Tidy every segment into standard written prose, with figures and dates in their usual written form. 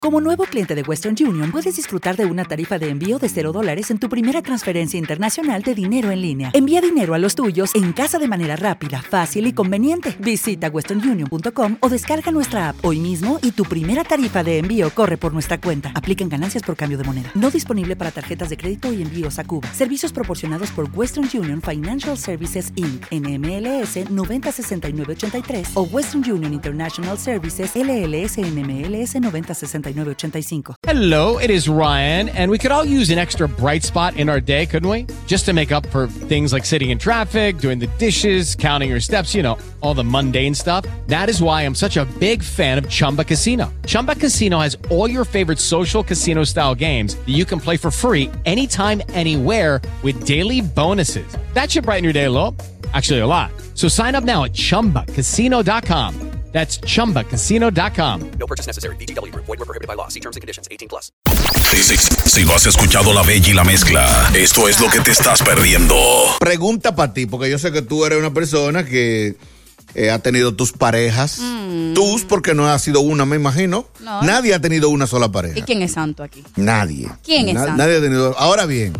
Como nuevo cliente de Western Union, puedes disfrutar de una tarifa de envío de $0 en tu primera transferencia internacional de dinero en línea. Envía dinero a los tuyos en casa de manera rápida, fácil y conveniente. Visita westernunion.com o descarga nuestra app hoy mismo y tu primera tarifa de envío corre por nuestra cuenta. Aplican ganancias por cambio de moneda. No disponible para tarjetas de crédito y envíos a Cuba. Servicios proporcionados por Western Union Financial Services Inc. NMLS 906983 o Western Union International Services LLS NMLS 906985. Hello, it is Ryan, and we could all use an extra bright spot in our day, couldn't we? Just to make up for things like sitting in traffic, doing the dishes, counting your steps, you know, all the mundane stuff. That is why I'm such a big fan of Chumba Casino. Chumba Casino has all your favorite social casino-style games that you can play for free anytime, anywhere with daily bonuses. That should brighten your day a little. Actually, a lot. So sign up now at ChumbaCasino.com. That's ChumbaCasino.com. No purchase necessary. VGW Group. Void where prohibited by law. See terms and conditions. 18+. Si no has escuchado La Bella y la Mezcla, esto es lo que te estás perdiendo. Pregunta para ti, porque yo sé que tú eres una persona que ha tenido tus parejas. Tus, porque no ha sido una, me imagino. No. Nadie ha tenido una sola pareja. ¿Y quién es santo aquí? Nadie. ¿Quién es santo? Nadie ha tenido. Ahora bien,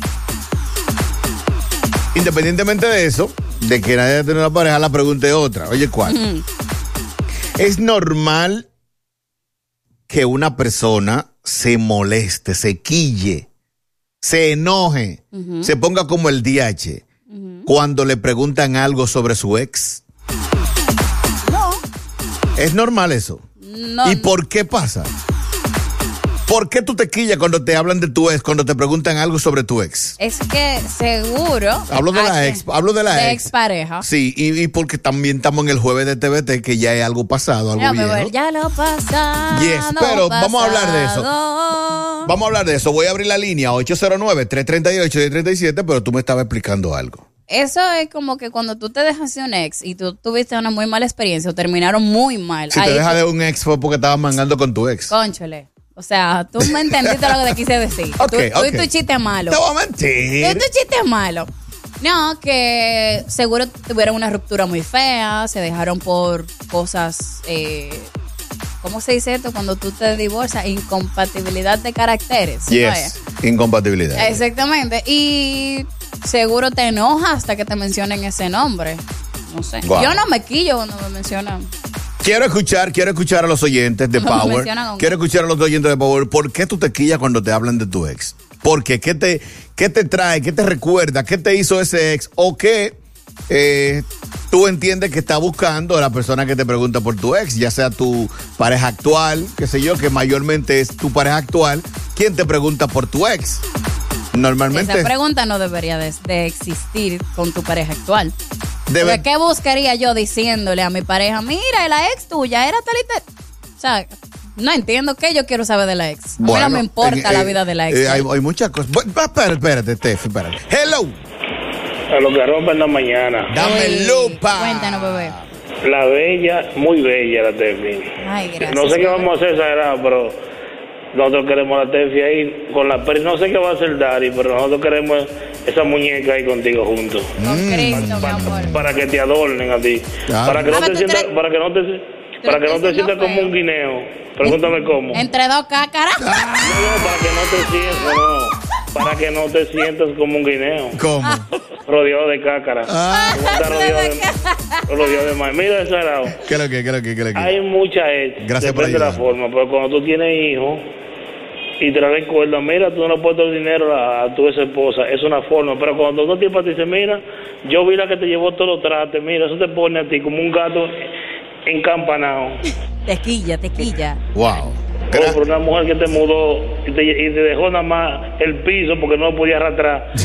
independientemente de eso, de que nadie haya tenido una pareja, la pregunta es otra. Oye, ¿cuál? ¿Es normal que una persona se moleste, se quille, se enoje, se ponga como el DH cuando le preguntan algo sobre su ex? No. ¿Es normal eso? No. ¿Y por qué pasa? ¿Por qué tú te quillas cuando te hablan de tu ex, cuando te preguntan algo sobre tu ex? Es que seguro. Hablo de la ex. De expareja. Sí, y porque también estamos en el jueves de TVT, que ya es algo pasado, algo viejo. Ya lo pasado. Yes, pero vamos a hablar de eso. Vamos a hablar de eso. Voy a abrir la línea 809-338-1037, pero tú me estabas explicando algo. Eso es como que cuando tú te dejas de un ex y tú tuviste una muy mala experiencia o terminaron muy mal. Si te dejas de un ex fue porque estabas mangando con tu ex. Cónchale. O sea, tú me entendiste lo que te quise decir. Tú y tu chiste malo. Te voy a mentir. Tú y tu chiste malo. No, que seguro tuvieron una ruptura muy fea, se dejaron por cosas, ¿cómo se dice esto? Cuando tú te divorcias, incompatibilidad de caracteres. Yes, ¿no? Incompatibilidad. Exactamente. Y seguro te enojas hasta que te mencionen ese nombre. No sé. Wow. Yo no me quillo cuando me mencionan. Quiero escuchar a los oyentes de Power. Quiero escuchar a los oyentes de Power. ¿Por qué tú te quillas cuando te hablan de tu ex? Porque ¿qué te trae? ¿Qué te recuerda? ¿Qué te hizo ese ex? ¿O qué tú entiendes que está buscando la persona que te pregunta por tu ex? Ya sea tu pareja actual, qué sé yo, que mayormente es tu pareja actual. ¿Quién te pregunta por tu ex? Normalmente. Esa pregunta no debería de existir con tu pareja actual. ¿Qué buscaría yo diciéndole a mi pareja, mira, la ex tuya era tal y tal? O sea, no entiendo qué yo quiero saber de la ex. A mí no me importa la vida de la ex. Hay muchas cosas. Espérate, Steffi, espérate. Hello. A lo que rompen la mañana. Dame lupa. Cuéntanos, bebé. La bella, muy bella la Steffi. Ay, gracias. No sé qué vamos a hacer, exagerado, pero nosotros queremos la Steffi ahí con la no sé qué va a hacer Dari, pero nosotros queremos esa muñeca ahí contigo juntos. Con Cristo, mi amor. Para que te adornen a ti. Claro. Para que no te sientas sientas como un guineo. Pregúntame cómo. Entre dos cácaras. No, para que no te sientas como un guineo. ¿Cómo? Rodeado de cácara. Rodeado de maíz. Mira, exagerado. ¿Qué es lo que? Hay mucha ex. Gracias por depende de la forma, pero cuando tú tienes hijos y te la recuerdas, mira, tú no puedes dar dinero a tu ex esposa, es una forma, pero cuando dos tiempos te dicen, mira, yo vi la que te llevó todos los trastes, mira, eso te pone a ti como un gato encampanado. Tequilla. Wow. Por una mujer que te mudó y te dejó nada más el piso porque no lo podía arrastrar.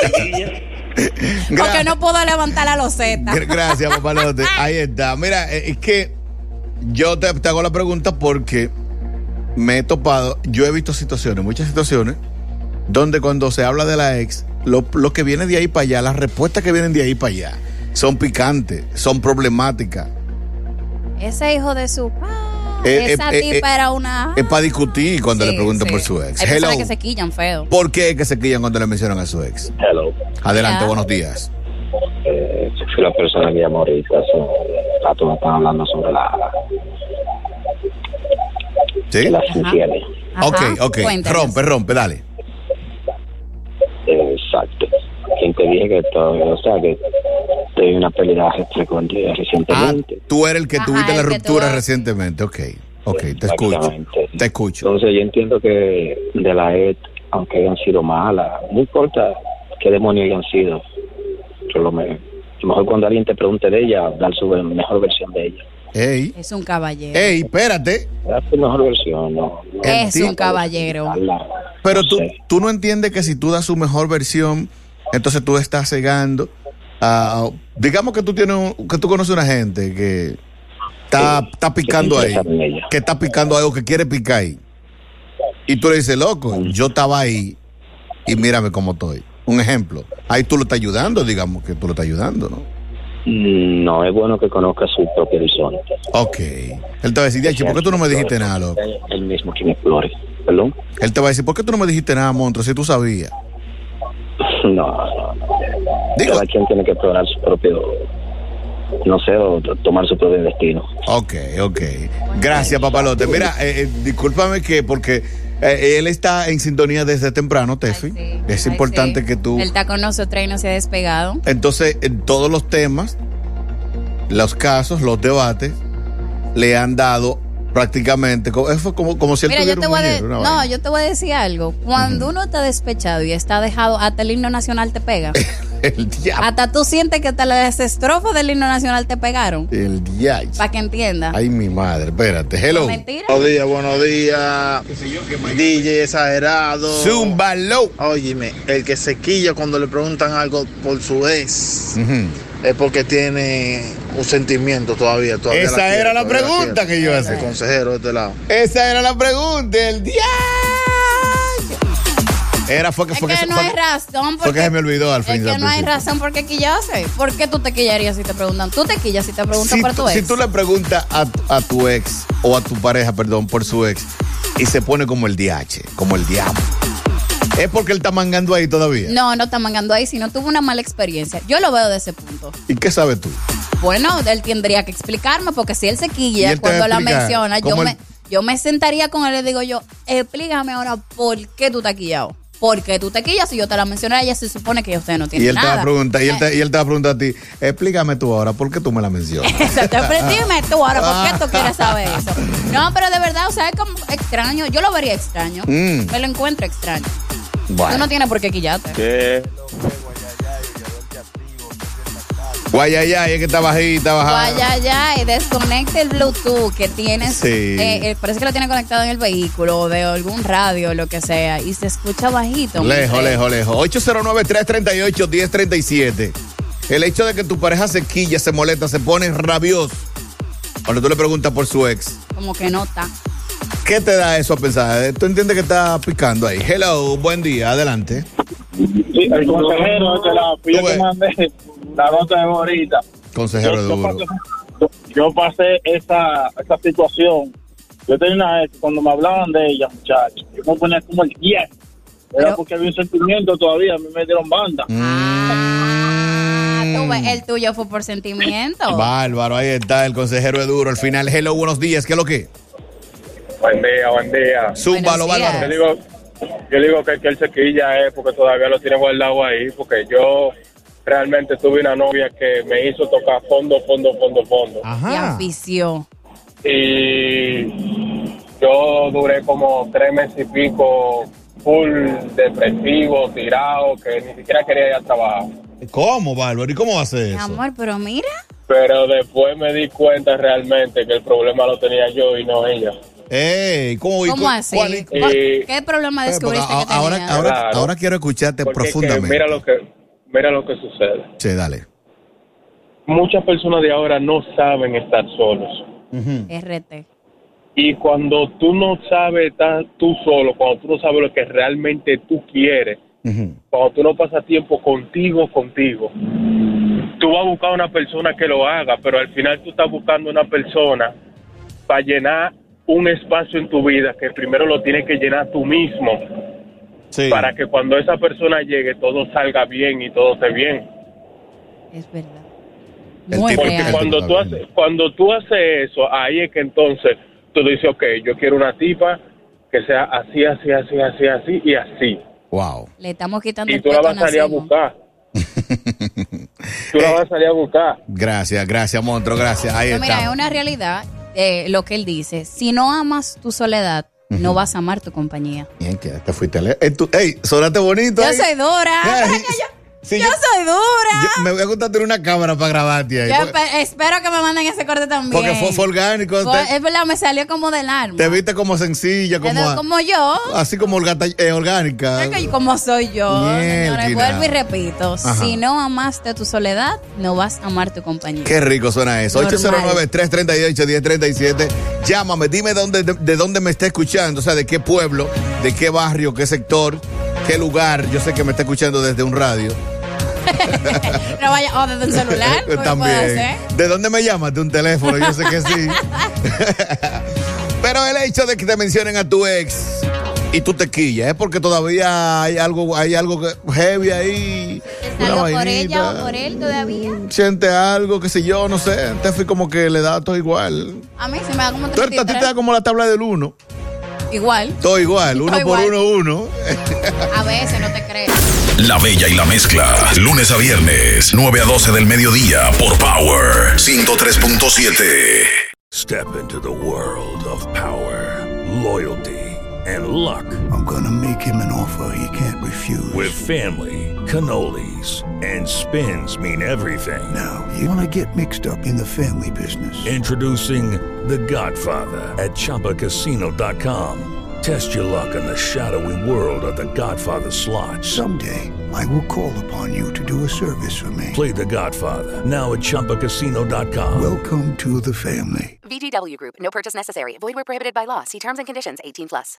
Porque no pudo levantar la loseta. Gracias, papalote. Ahí está. Mira, es que yo te hago la pregunta porque me he topado, yo he visto muchas situaciones, donde cuando se habla de la ex, lo que viene de ahí para allá, las respuestas que vienen de ahí para allá, son picantes, son problemáticas. Ese hijo de su esa tipa era una... Es para discutir cuando le preguntan por su ex. Hay personas que se quillan feo. ¿Por qué que se quillan cuando le mencionan a su ex? Hello. Adelante, buenos días. Fui la persona que llamó ahorita. Todos están hablando sobre ¿Sí? Que las entiende. Ok. Cuéntanos. Rompe, dale. Exacto. Quien te dije que que tuve una pérdida frecuente recientemente. Tú eres el que tuviste la el que ruptura tuvo- recientemente. Ok, te escucho. Entonces yo entiendo que de la ex, aunque hayan sido malas, no importa qué demonios hayan sido, lo mejor cuando alguien te pregunte de ella, dar su mejor versión de ella. Ey, Es un caballero. espérate. Dar tu mejor versión, no. Es un caballero. Pero No tú, sé. tú no entiendes que si tú das su mejor versión, entonces tú estás cegando. Digamos que tú conoces una gente que está picando ahí, interesada en ella. que está picando algo que quiere picar ahí. Y tú le dices, loco, yo estaba ahí y mírame cómo estoy. Un ejemplo. Ahí tú lo estás ayudando, digamos que tú lo estás ayudando, ¿no? No, es bueno que conozca su propio horizonte. Ok. Él te va a decir, Diachi, ¿por qué tú no me dijiste nada, loco? Él mismo quien explore. ¿Perdón? Él te va a decir, ¿por qué tú no me dijiste nada, monstruo, si tú sabías? No. Digo, Cada quien tiene que explorar su propio, no sé, o tomar su propio destino. ok. Gracias, papalote. Mira, discúlpame porque él está en sintonía desde temprano, Tefi. Ay, sí. Es Ay, importante sí. que tú... Él está con nosotros y no se ha despegado. Entonces, en todos los temas, los casos, los debates, le han dado prácticamente... Fue como si él Mira, tuviera un muñeco, una vaina. yo te voy a decir algo. Cuando uno está despechado y está dejado, hasta el himno nacional te pega. El diablo. Hasta tú sientes que hasta las estrofas del himno nacional te pegaron. El diablo. Para que entiendas. Ay, mi madre. Espérate. Hello. Mentira. Buenos días. DJ exagerado. Zúmbalo. Óyeme, el que se quilla cuando le preguntan algo por su ex Ujú. es porque tiene un sentimiento todavía Esa la quiere, era la todavía pregunta quiere. que yo El hacía. consejero de este lado. Esa era la pregunta. El diablo. Fue que Es que no hay razón fue que se me olvidó al Es fin. que al no hay principio. razón por qué quillarse. ¿Por qué tú te quillarías si te preguntan? Tú te quillas si te preguntan por tu ex. Si tú le preguntas a tu ex o a tu pareja, perdón, por su ex y se pone como el DH, como el diablo, ¿es porque él está mangando ahí todavía? No está mangando ahí, sino tuvo una mala experiencia. Yo lo veo de ese punto. ¿Y qué sabes tú? Bueno, él tendría que explicarme, porque si él se ¿Y quilla él te va cuando a la explicar menciona, cómo yo me sentaría con él y le digo yo, explícame ahora por qué tú te has quillado. ¿Por qué tú te quillas? Si yo te la mencioné, ella se supone que ya ustedes no tienen Y él nada. te va a preguntar, y él te va a preguntar a ti, explícame tú ahora, ¿por qué tú me la mencionas? Exacto, dime tú ahora, ¿por qué tú quieres saber eso? No, pero de verdad, o sea, es como extraño. Yo lo vería extraño. Me lo encuentro extraño. Bueno. Tú no tienes por qué quillarte. ¿Qué? Guayayay, es que está bajita, bajada. Vaya, y desconecte el Bluetooth que tienes. Sí. Parece que lo tiene conectado en el vehículo o de algún radio, lo que sea, y se escucha bajito. Lejos. 809-338-1037. El hecho de que tu pareja se quilla, se molesta, se pone rabioso cuando tú le preguntas por su ex. Como que no está. ¿Qué te da eso a pensar? ¿Tú entiendes que está picando ahí? Hello, buen día, adelante. Sí, el consejero de este lado, yo te mandé la nota de ahorita. Consejero duro. Yo pasé esa situación. Yo tenía una ex, cuando me hablaban de ella, muchachos, yo me ponía como el 10. Era porque había un sentimiento todavía, a mí me dieron banda. Tú ves, el tuyo fue por sentimiento. Bárbaro, ahí está el consejero de duro. Al final, hello, buenos días, ¿qué es lo que? Buen día. Zúmbalo, Buenos días. bárbaro. Yo digo que el sequilla es porque todavía lo tiene guardado ahí, porque yo realmente tuve una novia que me hizo tocar fondo. Y afició. Y yo duré como 3 meses y pico full depresivo, tirado, que ni siquiera quería ir a trabajar. ¿Cómo, bárbaro? ¿Y cómo va a ser Mi eso? amor, pero mira. Pero después me di cuenta realmente que el problema lo tenía yo y no ella. ¿Cómo así? ¿Qué problema descubriste que tenía? Ahora quiero escucharte Porque profundamente. mira lo que sucede. Sí, dale. Muchas personas de ahora no saben estar solos. RT. Y cuando tú no sabes estar tú solo, cuando tú no sabes lo que realmente tú quieres, cuando tú no pasas tiempo contigo, tú vas a buscar una persona que lo haga, pero al final tú estás buscando una persona para llenar un espacio en tu vida que primero lo tienes que llenar tú mismo, para que cuando esa persona llegue todo salga bien y todo esté bien. Es verdad. Porque cuando tú haces eso, ahí es que entonces tú dices, ok, yo quiero una tipa que sea así, así, así, así, así y así. Wow. Le estamos quitando y tú la vas a salir a buscar. Tú la vas a salir a buscar. Gracias, monstruo, gracias. Ahí está. Mira, es una realidad lo que él dice. Si no amas tu soledad, no vas a amar tu compañía. Bien, que te fuiste a leer. Ey, sonaste bonito. Yo soy dura. Sí, yo soy dura. Me voy a gustar tener una cámara para grabarte ahí. Yo espero que me manden ese corte también. Porque fue orgánico. Es verdad, me salió como del alma. Te viste como sencilla, como yo. Así como orgánica. Es que como soy yo. Señores, vuelvo y repito. Ajá. Si no amaste tu soledad, no vas a amar tu compañía. Qué rico suena eso. 809-338-1037. Llámame, dime de dónde me está escuchando. O sea, de qué pueblo, de qué barrio, qué sector, qué lugar. Yo sé que me está escuchando desde un radio. No vaya, desde un celular. También. ¿De dónde me llamas? De un teléfono, yo sé que sí. Pero el hecho de que te mencionen a tu ex y tú te quillas es porque todavía hay algo heavy ahí. ¿Está algo por ella o por él todavía? Siente algo, qué sé yo, no sé. Te fui como que le da todo igual. A mí se me da como 33. A ti te da como la tabla del 1. Igual. Todo igual, 1 por 1, 1. A veces, no te crees. La Bella y la Mezcla, lunes a viernes, 9 a 12 del mediodía, por Power 103.7. Step into the world of power, loyalty, and luck. I'm gonna make him an offer he can't refuse. With family, cannolis, and spins mean everything. Now, you wanna get mixed up in the family business. Introducing The Godfather at ChumbaCasino.com. Test your luck in the shadowy world of The Godfather slot. Someday, I will call upon you to do a service for me. Play The Godfather, now at ChumbaCasino.com. Welcome to the family. VGW Group. No purchase necessary. Void where prohibited by law. See terms and conditions. 18+.